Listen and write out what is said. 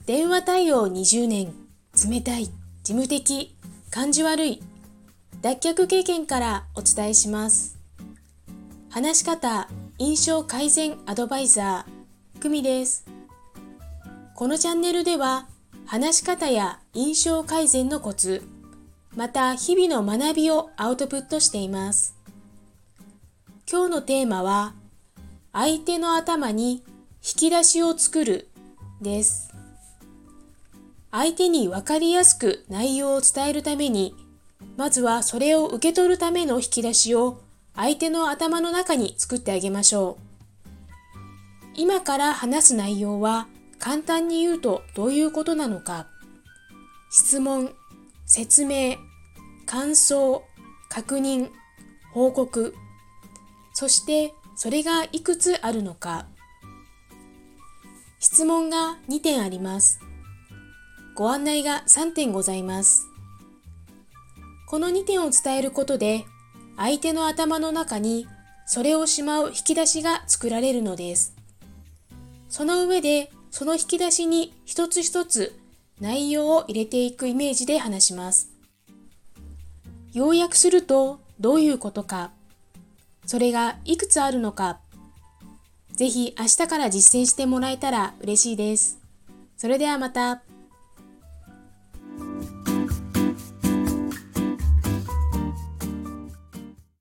電話対応20年、冷たい、事務的、感じ悪い、脱却経験からお伝えします。話し方、印象改善アドバイザー、久美です。このチャンネルでは、話し方や印象改善のコツ、また日々の学びをアウトプットしています。今日のテーマは、相手の頭に引き出しを作るです。相手に分かりやすく内容を伝えるために、まずはそれを受け取るための引き出しを相手の頭の中に作ってあげましょう。今から話す内容は簡単に言うとどういうことなのか。質問、説明、感想、確認、報告、そしてそれがいくつあるのか。質問が2点あります。ご案内が3点ございます。この2点を伝えることで、相手の頭の中にそれをしまう引き出しが作られるのです。その上で、その引き出しに一つ一つ内容を入れていくイメージで話します。要約するとどういうことか、それがいくつあるのか、ぜひ明日から実践してもらえたら嬉しいです。それではまた。